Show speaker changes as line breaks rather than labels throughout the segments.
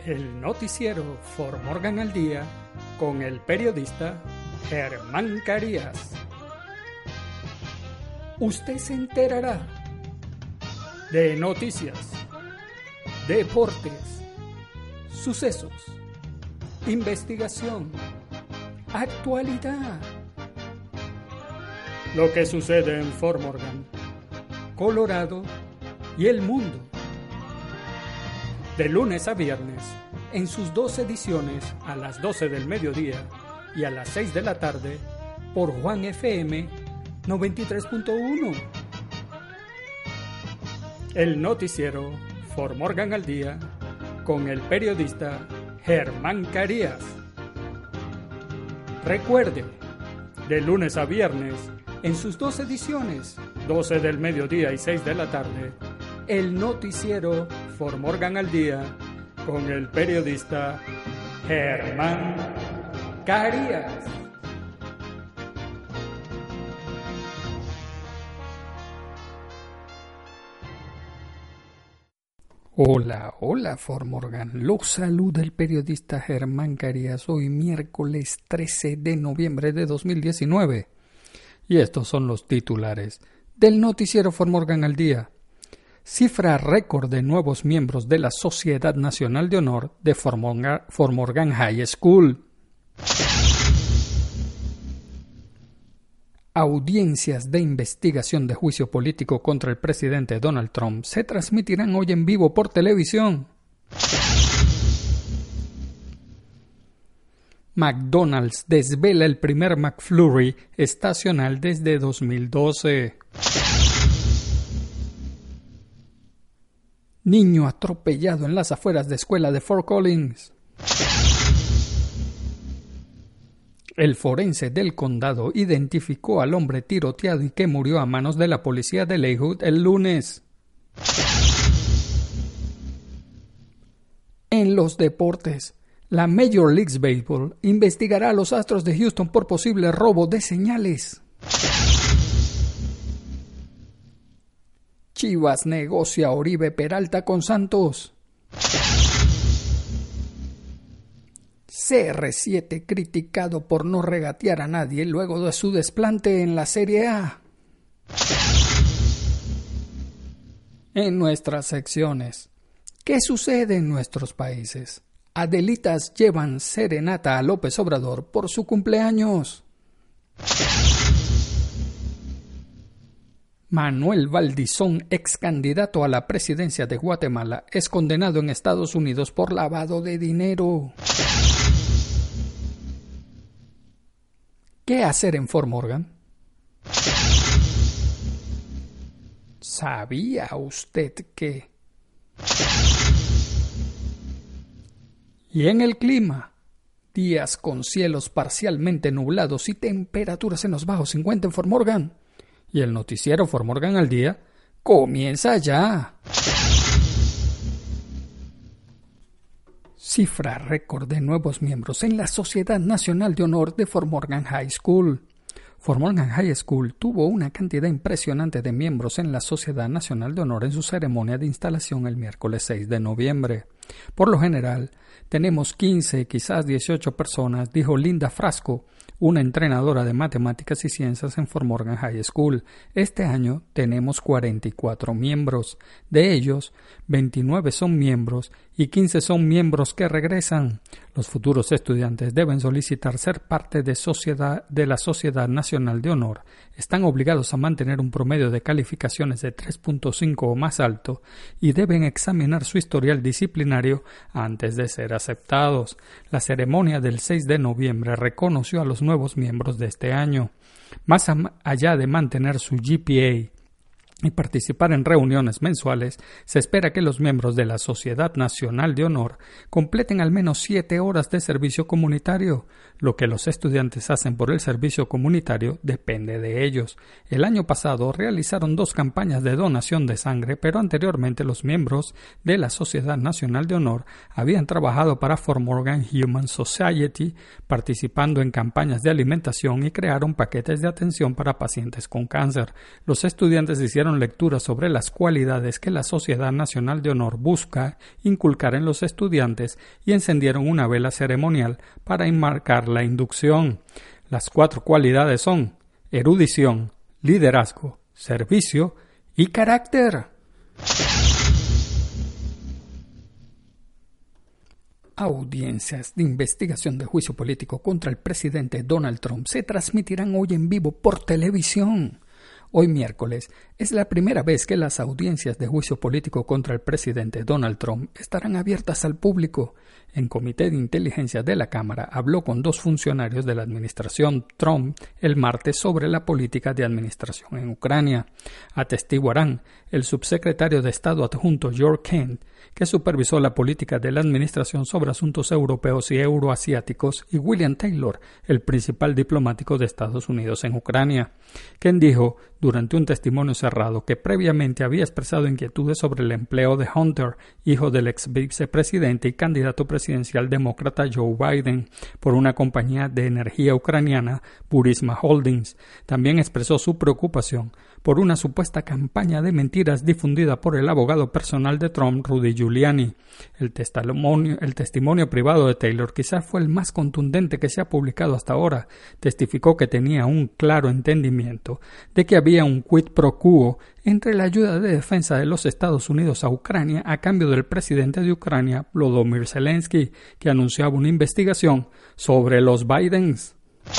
El noticiero For Morgan al Día con el periodista Germán Carías. Usted se enterará de noticias, deportes, sucesos, investigación, actualidad. Lo que sucede en Fort Morgan, Colorado y el mundo. De lunes a viernes, en sus 2 ediciones a las 12 del mediodía y a las 6 de la tarde, por Juan FM 93.1. El noticiero For Morgan al Día con el periodista Germán Carías. Recuerde, de lunes a viernes, en sus 2 ediciones, 12 del mediodía y 6 de la tarde, el noticiero For Morgan al Día con el periodista Germán Carías. Hola For Morgan, los saluda el periodista Germán Carías hoy miércoles 13 de noviembre de 2019 y estos son los titulares del noticiero For Morgan al Día. Cifra récord de nuevos miembros de la Sociedad Nacional de Honor de Fort Morgan High School. Audiencias de investigación de juicio político contra el presidente Donald Trump se transmitirán hoy en vivo por televisión. McDonald's desvela el primer McFlurry estacional desde 2012. Niño atropellado en las afueras de escuela de Fort Collins. El forense del condado identificó al hombre tiroteado y que murió a manos de la policía de Lakewood el lunes. En los deportes, la Major League Baseball investigará a los Astros de Houston por posible robo de señales. Chivas negocia a Oribe Peralta con Santos. CR7 criticado por no regatear a nadie luego de su desplante en la Serie A. En nuestras secciones, ¿qué sucede en nuestros países? Adelitas llevan serenata a López Obrador por su cumpleaños. Manuel Valdizón, ex candidato a la presidencia de Guatemala, es condenado en Estados Unidos por lavado de dinero. ¿Qué hacer en Fort Morgan? ¿Sabía usted que? Y en el clima, días con cielos parcialmente nublados y temperaturas en los bajos 50 en Fort Morgan. Y el noticiero For Morgan al Día comienza ya. Cifra récord de nuevos miembros en la Sociedad Nacional de Honor de Fort Morgan High School. Fort Morgan High School tuvo una cantidad impresionante de miembros en la Sociedad Nacional de Honor en su ceremonia de instalación el miércoles 6 de noviembre. Por lo general, tenemos 15, quizás 18 personas, dijo Linda Frasco, una entrenadora de matemáticas y ciencias en Fort Morgan High School. Este año tenemos 44 miembros. De ellos, 29 son miembros y 15 son miembros que regresan. Los futuros estudiantes deben solicitar ser parte de la Sociedad Nacional de Honor. Están obligados a mantener un promedio de calificaciones de 3.5 o más alto y deben examinar su historial disciplinario antes de ser aceptados. La ceremonia del 6 de noviembre reconoció a los nuevos miembros de este año. Más allá de mantener su GPA y participar en reuniones mensuales, se espera que los miembros de la Sociedad Nacional de Honor completen al menos 7 horas de servicio comunitario. Lo que los estudiantes hacen por el servicio comunitario depende de ellos. El año pasado realizaron 2 campañas de donación de sangre, pero anteriormente los miembros de la Sociedad Nacional de Honor habían trabajado para Fort Morgan Human Society, participando en campañas de alimentación y crearon paquetes de atención para pacientes con cáncer. Los estudiantes hicieron dieron lectura sobre las cualidades que la Sociedad Nacional de Honor busca inculcar en los estudiantes y encendieron una vela ceremonial para enmarcar la inducción. Las 4 cualidades son erudición, liderazgo, servicio y carácter. Audiencias de investigación de juicio político contra el presidente Donald Trump se transmitirán hoy en vivo por televisión. Hoy miércoles es la primera vez que las audiencias de juicio político contra el presidente Donald Trump estarán abiertas al público. El Comité de Inteligencia de la Cámara habló con 2 funcionarios de la administración Trump el martes sobre la política de administración en Ucrania. Atestiguarán el subsecretario de Estado adjunto George Kent, que supervisó la política de la administración sobre asuntos europeos y euroasiáticos, y William Taylor, el principal diplomático de Estados Unidos en Ucrania. Kent dijo durante un testimonio cerrado que previamente había expresado inquietudes sobre el empleo de Hunter, hijo del ex vicepresidente y candidato presidencial demócrata Joe Biden, por una compañía de energía ucraniana, Burisma Holdings. También expresó su preocupación por una supuesta campaña de mentiras difundida por el abogado personal de Trump, Rudy Giuliani. El testimonio privado de Taylor quizás fue el más contundente que se ha publicado hasta ahora. Testificó que tenía un claro entendimiento de que había un quid pro quo entre la ayuda de defensa de los Estados Unidos a Ucrania a cambio del presidente de Ucrania, Volodymyr Zelensky, que anunciaba una investigación sobre los Bidens.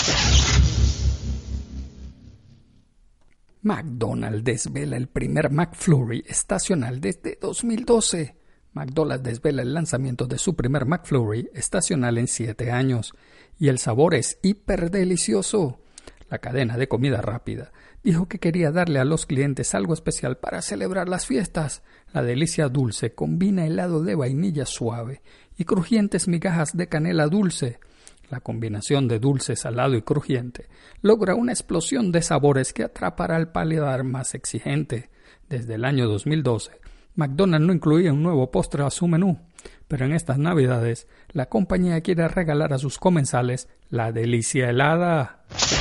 McDonald's desvela el primer McFlurry estacional desde 2012. McDonald's desvela el lanzamiento de su primer McFlurry estacional en 7 años. Y el sabor es hiper delicioso. La cadena de comida rápida dijo que quería darle a los clientes algo especial para celebrar las fiestas. La delicia dulce combina helado de vainilla suave y crujientes migajas de canela dulce. La combinación de dulce, salado y crujiente logra una explosión de sabores que atrapará al paladar más exigente. Desde el año 2012, McDonald's no incluía un nuevo postre a su menú, pero en estas Navidades la compañía quiere regalar a sus comensales la delicia helada.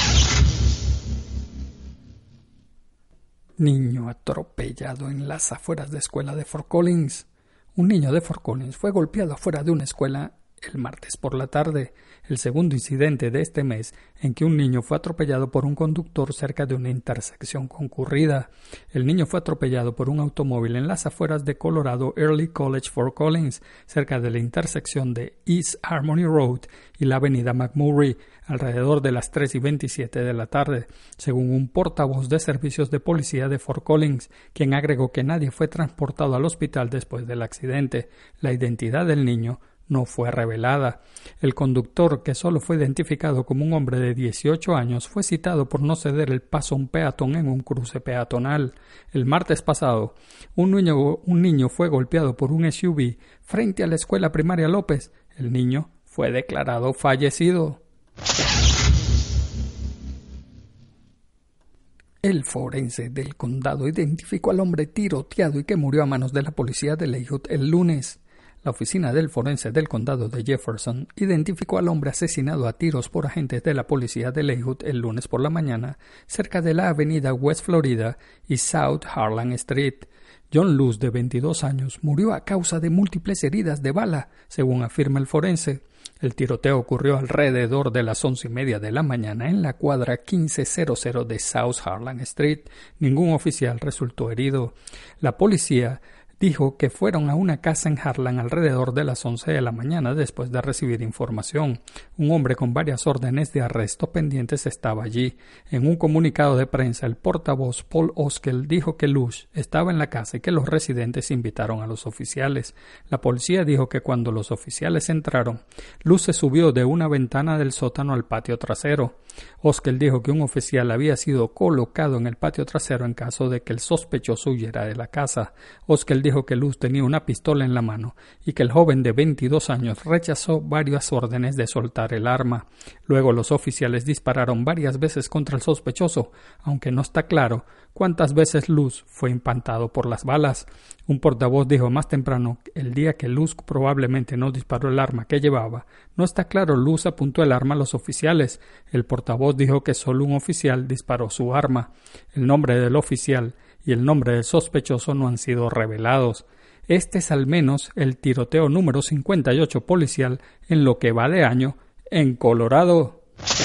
Niño atropellado en las afueras de escuela de Fort Collins. Un niño de Fort Collins fue golpeado afuera de una escuela el martes por la tarde, el segundo incidente de este mes en que un niño fue atropellado por un conductor cerca de una intersección concurrida. El niño fue atropellado por un automóvil en las afueras de Colorado Early College Fort Collins, cerca de la intersección de East Harmony Road y la avenida McMurray, alrededor de las 3:27 de la tarde, según un portavoz de servicios de policía de Fort Collins, quien agregó que nadie fue transportado al hospital después del accidente. La identidad del niño no fue revelada. El conductor, que solo fue identificado como un hombre de 18 años, fue citado por no ceder el paso a un peatón en un cruce peatonal. El martes pasado, un niño fue golpeado por un SUV frente a la escuela primaria López. El niño fue declarado fallecido. El forense del condado identificó al hombre tiroteado y que murió a manos de la policía de Lehigh el lunes. La oficina del forense del condado de Jefferson identificó al hombre asesinado a tiros por agentes de la policía de Lehigh el lunes por la mañana, cerca de la avenida West Florida y South Harlan Street. John Luz, de 22 años, murió a causa de múltiples heridas de bala, según afirma el forense. El tiroteo ocurrió alrededor de las 11:30 de la mañana en la cuadra 1500 de South Harlan Street. Ningún oficial resultó herido. La policía dijo que fueron a una casa en Harlan alrededor de las 11 de la mañana después de recibir información. Un hombre con varias órdenes de arresto pendientes estaba allí. En un comunicado de prensa, el portavoz Paul Oskel dijo que Luz estaba en la casa y que los residentes invitaron a los oficiales. La policía dijo que cuando los oficiales entraron, Luz se subió de una ventana del sótano al patio trasero. Oskel dijo que un oficial había sido colocado en el patio trasero en caso de que el sospechoso huyera de la casa. Oskel dijo que Luz tenía una pistola en la mano y que el joven de 22 años rechazó varias órdenes de soltar el arma. Luego los oficiales dispararon varias veces contra el sospechoso, aunque no está claro cuántas veces Luz fue impactado por las balas. Un portavoz dijo más temprano, el día que Luz probablemente no disparó el arma que llevaba, no está claro, Luz apuntó el arma a los oficiales. El portavoz dijo que solo un oficial disparó su arma. El nombre del oficial y el nombre del sospechoso no han sido revelados. Este es al menos el tiroteo número 58 policial en lo que va de año en Colorado.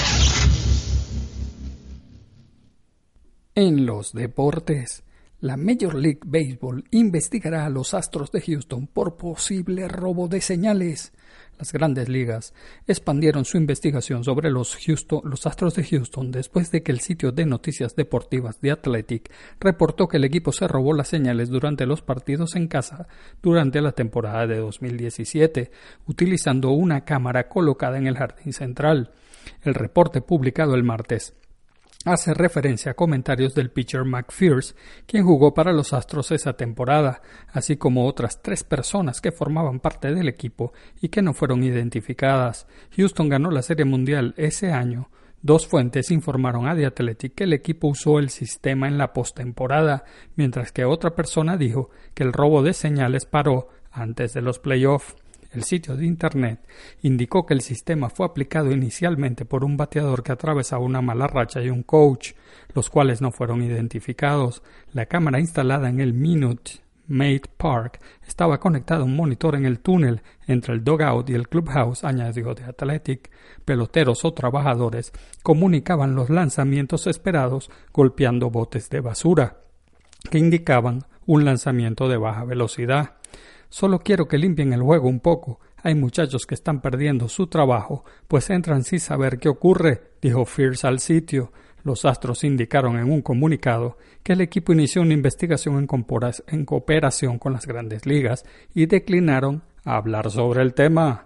En los deportes, la Major League Baseball investigará a los Astros de Houston por posible robo de señales. Las grandes ligas expandieron su investigación sobre los Astros de Houston después de que el sitio de noticias deportivas The Athletic reportó que el equipo se robó las señales durante los partidos en casa durante la temporada de 2017, utilizando una cámara colocada en el jardín central. El reporte publicado el martes hace referencia a comentarios del pitcher McPherson, quien jugó para los Astros esa temporada, así como otras 3 personas que formaban parte del equipo y que no fueron identificadas. Houston ganó la Serie Mundial ese año. 2 fuentes informaron a The Athletic que el equipo usó el sistema en la postemporada, mientras que otra persona dijo que el robo de señales paró antes de los playoffs. El sitio de internet indicó que el sistema fue aplicado inicialmente por un bateador que atravesaba una mala racha y un coach, los cuales no fueron identificados. La cámara instalada en el Minute Maid Park estaba conectada a un monitor en el túnel entre el dugout y el clubhouse, añadió The Athletic. Peloteros o trabajadores comunicaban los lanzamientos esperados golpeando botes de basura, que indicaban un lanzamiento de baja velocidad. Solo quiero que limpien el juego un poco. Hay muchachos que están perdiendo su trabajo, pues entran sin saber qué ocurre, dijo Fierce al sitio. Los Astros indicaron en un comunicado que el equipo inició una investigación en cooperación con las grandes ligas y declinaron hablar sobre el tema.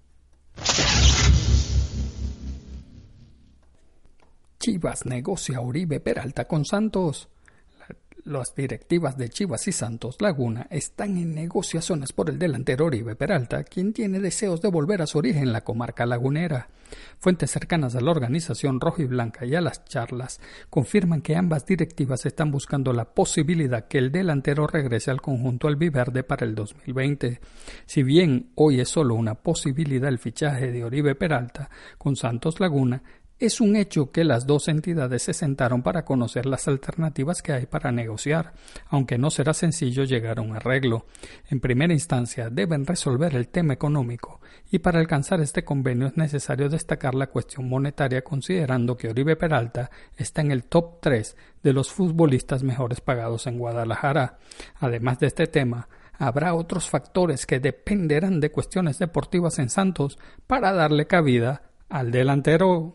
Chivas negocia a Oribe Peralta con Santos. Las directivas de Chivas y Santos Laguna están en negociaciones por el delantero Oribe Peralta, quien tiene deseos de volver a su origen en la comarca lagunera. Fuentes cercanas a la organización rojiblanca y a las charlas confirman que ambas directivas están buscando la posibilidad que el delantero regrese al conjunto albiverde para el 2020. Si bien hoy es solo una posibilidad el fichaje de Oribe Peralta con Santos Laguna, es un hecho que las dos entidades se sentaron para conocer las alternativas que hay para negociar, aunque no será sencillo llegar a un arreglo. En primera instancia deben resolver el tema económico y para alcanzar este convenio es necesario destacar la cuestión monetaria, considerando que Oribe Peralta está en el top 3 de los futbolistas mejores pagados en Guadalajara. Además de este tema, habrá otros factores que dependerán de cuestiones deportivas en Santos para darle cabida al delantero.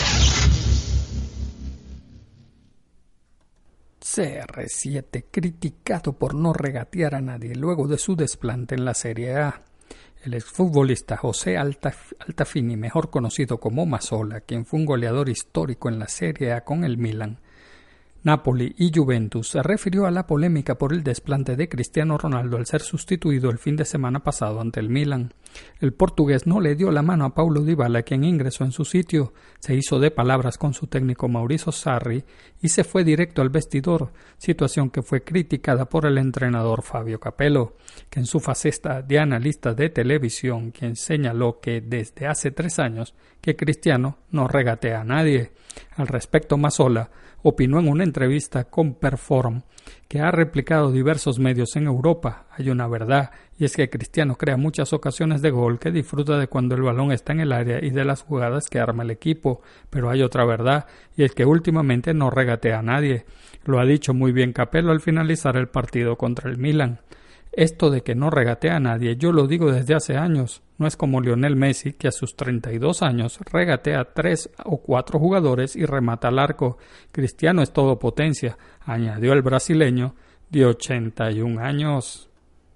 CR7 criticado por no regatear a nadie luego de su desplante en la Serie A. El exfutbolista José Altafini, mejor conocido como Mazzola, quien fue un goleador histórico en la Serie A con el Milan, Napoli y Juventus, se refirió a la polémica por el desplante de Cristiano Ronaldo al ser sustituido el fin de semana pasado ante el Milan. El portugués no le dio la mano a Paulo Dybala, quien ingresó en su sitio, se hizo de palabras con su técnico Maurizio Sarri y se fue directo al vestidor, situación que fue criticada por el entrenador Fabio Capello, que en su faceta de analista de televisión, quien señaló que desde hace 3 años que Cristiano no regatea a nadie. Al respecto, Mazzola opinó en una entrevista con Perform que ha replicado diversos medios en Europa. Hay una verdad, y es que Cristiano crea muchas ocasiones de gol, que disfruta de cuando el balón está en el área y de las jugadas que arma el equipo, pero hay otra verdad, y es que últimamente no regatea a nadie. Lo ha dicho muy bien Capello al finalizar el partido contra el Milan. Esto de que no regatea a nadie, yo lo digo desde hace años. No es como Lionel Messi, que a sus 32 años regatea a 3 o 4 jugadores y remata al arco. Cristiano es todo potencia, añadió el brasileño de 81 años.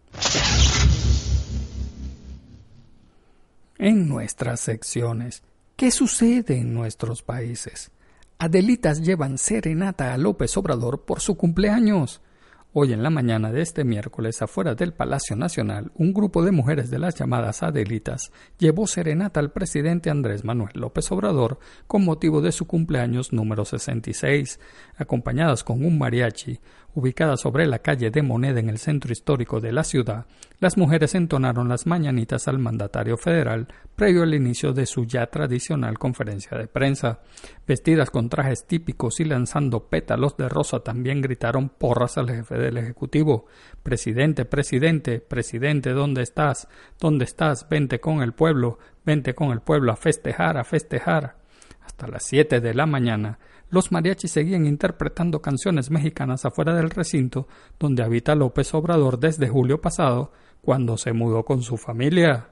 En nuestras secciones, ¿qué sucede en nuestros países? Adelitas llevan serenata a López Obrador por su cumpleaños. Hoy en la mañana de este miércoles, afuera del Palacio Nacional, un grupo de mujeres de las llamadas Adelitas llevó serenata al presidente Andrés Manuel López Obrador con motivo de su cumpleaños número 66, acompañadas con un mariachi, ubicada sobre la calle de Moneda en el centro histórico de la ciudad, las mujeres entonaron las mañanitas al mandatario federal previo al inicio de su ya tradicional conferencia de prensa. Vestidas con trajes típicos y lanzando pétalos de rosa, también gritaron porras al jefe del Ejecutivo. Presidente, presidente, presidente, ¿dónde estás? ¿Dónde estás? Vente con el pueblo a festejar, a festejar. Hasta las 7 de la mañana, los mariachis seguían interpretando canciones mexicanas afuera del recinto donde habita López Obrador desde julio pasado, cuando se mudó con su familia.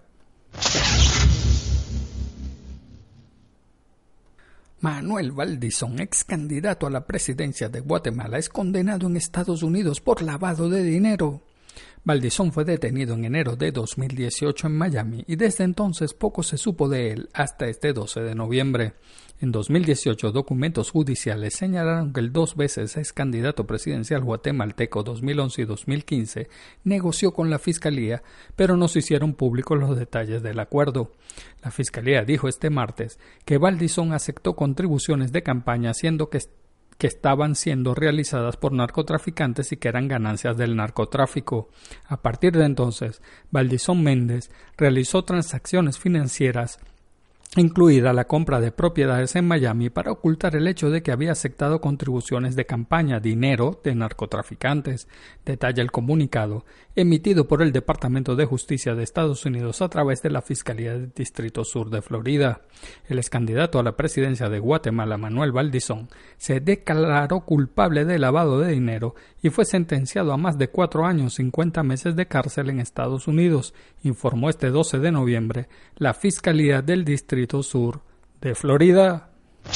Manuel Valdizón, ex candidato a la presidencia de Guatemala, es condenado en Estados Unidos por lavado de dinero. Valdizón fue detenido en enero de 2018 en Miami y desde entonces poco se supo de él hasta este 12 de noviembre. En 2018, documentos judiciales señalaron que el 2 veces ex candidato presidencial guatemalteco 2011 y 2015 negoció con la Fiscalía, pero no se hicieron públicos los detalles del acuerdo. La Fiscalía dijo este martes que Valdizón aceptó contribuciones de campaña siendo que estaban siendo realizadas por narcotraficantes y que eran ganancias del narcotráfico. A partir de entonces, Valdizón Méndez realizó transacciones financieras, incluida la compra de propiedades en Miami, para ocultar el hecho de que había aceptado contribuciones de campaña, dinero de narcotraficantes, detalla el comunicado emitido por el Departamento de Justicia de Estados Unidos a través de la Fiscalía del Distrito Sur de Florida. El excandidato a la presidencia de Guatemala, Manuel Valdizón, se declaró culpable de lavado de dinero y fue sentenciado a más de 4 años, 50 meses de cárcel en Estados Unidos, informó este 12 de noviembre la Fiscalía del Distrito Sur de Florida.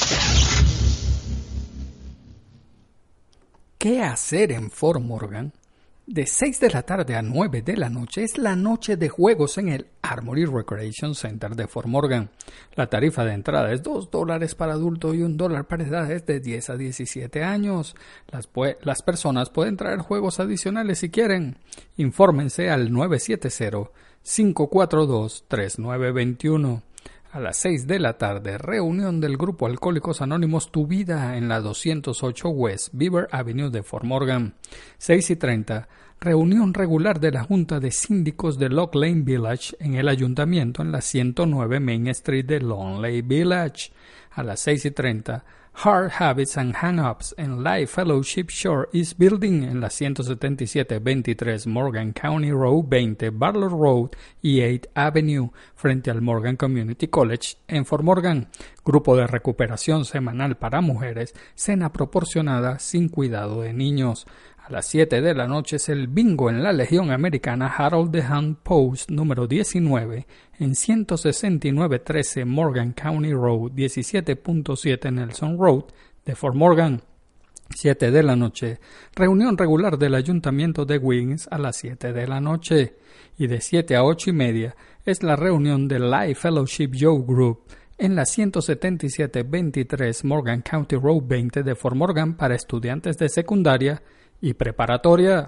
¿Qué hacer en Fort Morgan? De 6 de la tarde a 9 de la noche es la noche de juegos en el Armory Recreation Center de Fort Morgan. La tarifa de entrada es $2 para adultos y $1 para edades de 10 a 17 años. Las personas pueden traer juegos adicionales si quieren. Infórmense al 970-542-3921. A las 6 de la tarde, reunión del Grupo Alcohólicos Anónimos Tu Vida en la 208 West Beaver Avenue de Fort Morgan. 6:30, reunión regular de la Junta de Síndicos de Lock Lane Village en el Ayuntamiento en la 109 Main Street de Longley Village. A las 6:30, Hard Habits and Hang-Ups en Life Fellowship Shore East Building en la 177-23 Morgan County Road 20 Barlow Road y 8th Avenue frente al Morgan Community College en Fort Morgan. Grupo de recuperación semanal para mujeres, cena proporcionada sin cuidado de niños. A las 7 de la noche es el bingo en la Legión Americana Harold the Hand Post número 19 en 169-13 Morgan County Road, 17.7 Nelson Road de Fort Morgan. 7 de la noche, reunión regular del Ayuntamiento de Wings a las 7 de la noche. Y de 7 a 8:30 es la reunión del Life Fellowship Joe Group en la 177-23 Morgan County Road 20 de Fort Morgan para estudiantes de secundaria y preparatoria.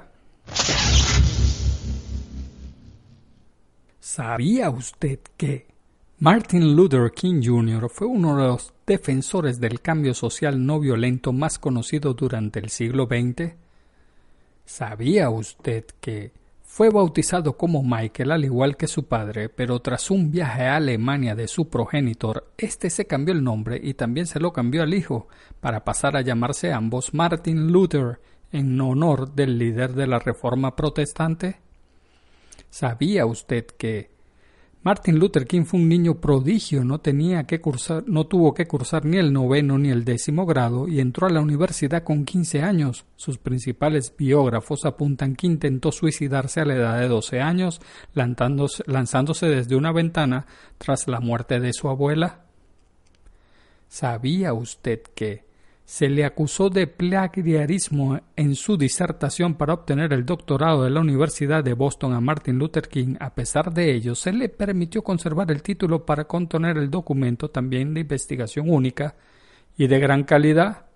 ¿Sabía usted que Martin Luther King Jr. fue uno de los defensores del cambio social no violento más conocido durante el siglo XX? ¿Sabía usted que fue bautizado como Michael al igual que su padre, pero tras un viaje a Alemania de su progenitor, este se cambió el nombre y también se lo cambió al hijo, para pasar a llamarse ambos Martin Luther, en honor del líder de la Reforma Protestante? ¿Sabía usted que Martin Luther King fue un niño prodigio? No tuvo que cursar ni el 9º ni el 10º grado y entró a la universidad con 15 años. Sus principales biógrafos apuntan que intentó suicidarse a la edad de 12 años, lanzándose desde una ventana tras la muerte de su abuela. ¿Sabía usted que se le acusó de plagiarismo en su disertación para obtener el doctorado de la Universidad de Boston a Martin Luther King? A pesar de ello, se le permitió conservar el título para contener el documento, también de investigación única y de gran calidad.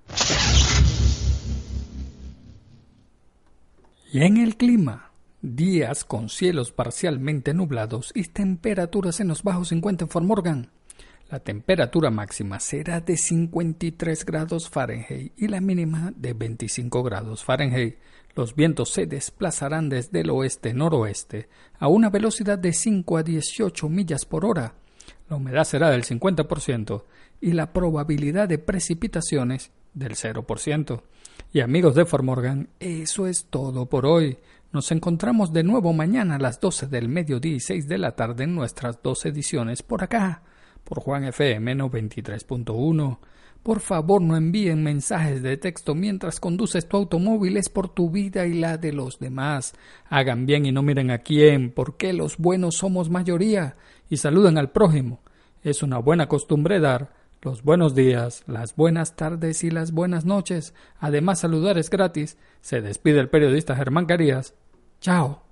Y en el clima, días con cielos parcialmente nublados y temperaturas en los bajos 50 en Fort Morgan. La temperatura máxima será de 53 grados Fahrenheit y la mínima de 25 grados Fahrenheit. Los vientos se desplazarán desde el oeste-noroeste a una velocidad de 5 a 18 millas por hora. La humedad será del 50% y la probabilidad de precipitaciones del 0%. Y amigos de Formorgan, eso es todo por hoy. Nos encontramos de nuevo mañana a las 12 del mediodía y 6 de la tarde en nuestras 2 ediciones por acá, por Juan FM 93.1. Por favor, no envíen mensajes de texto mientras conduces tu automóvil, es por tu vida y la de los demás. Hagan bien y no miren a quién, porque los buenos somos mayoría, y saluden al prójimo. Es una buena costumbre dar los buenos días, las buenas tardes y las buenas noches. Además, saludar es gratis. Se despide el periodista Germán Carías. Chao.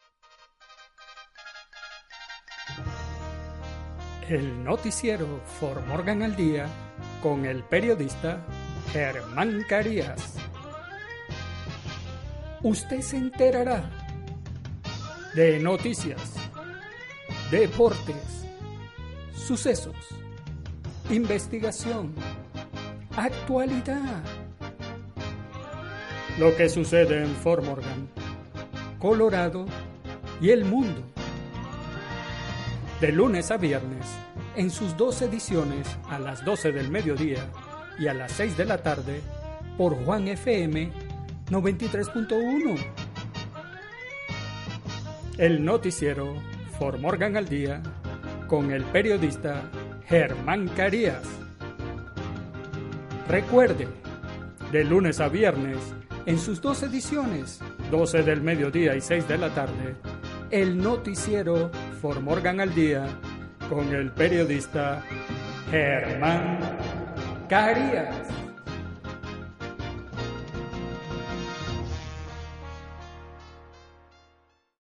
El noticiero Formorgan al día con el periodista Germán Carías. Usted se enterará de noticias, deportes, sucesos, investigación, actualidad. Lo que sucede en Formorgan, Colorado y el mundo. De lunes a viernes, en sus 2 ediciones a las 12 del mediodía y a las 6 de la tarde, por Juan FM 93.1. El noticiero Formorgan al día con el periodista Germán Carías. Recuerde, de lunes a viernes, en sus 2 ediciones, 12 del mediodía y 6 de la tarde, el noticiero Formorgan al día con el periodista Germán Carías.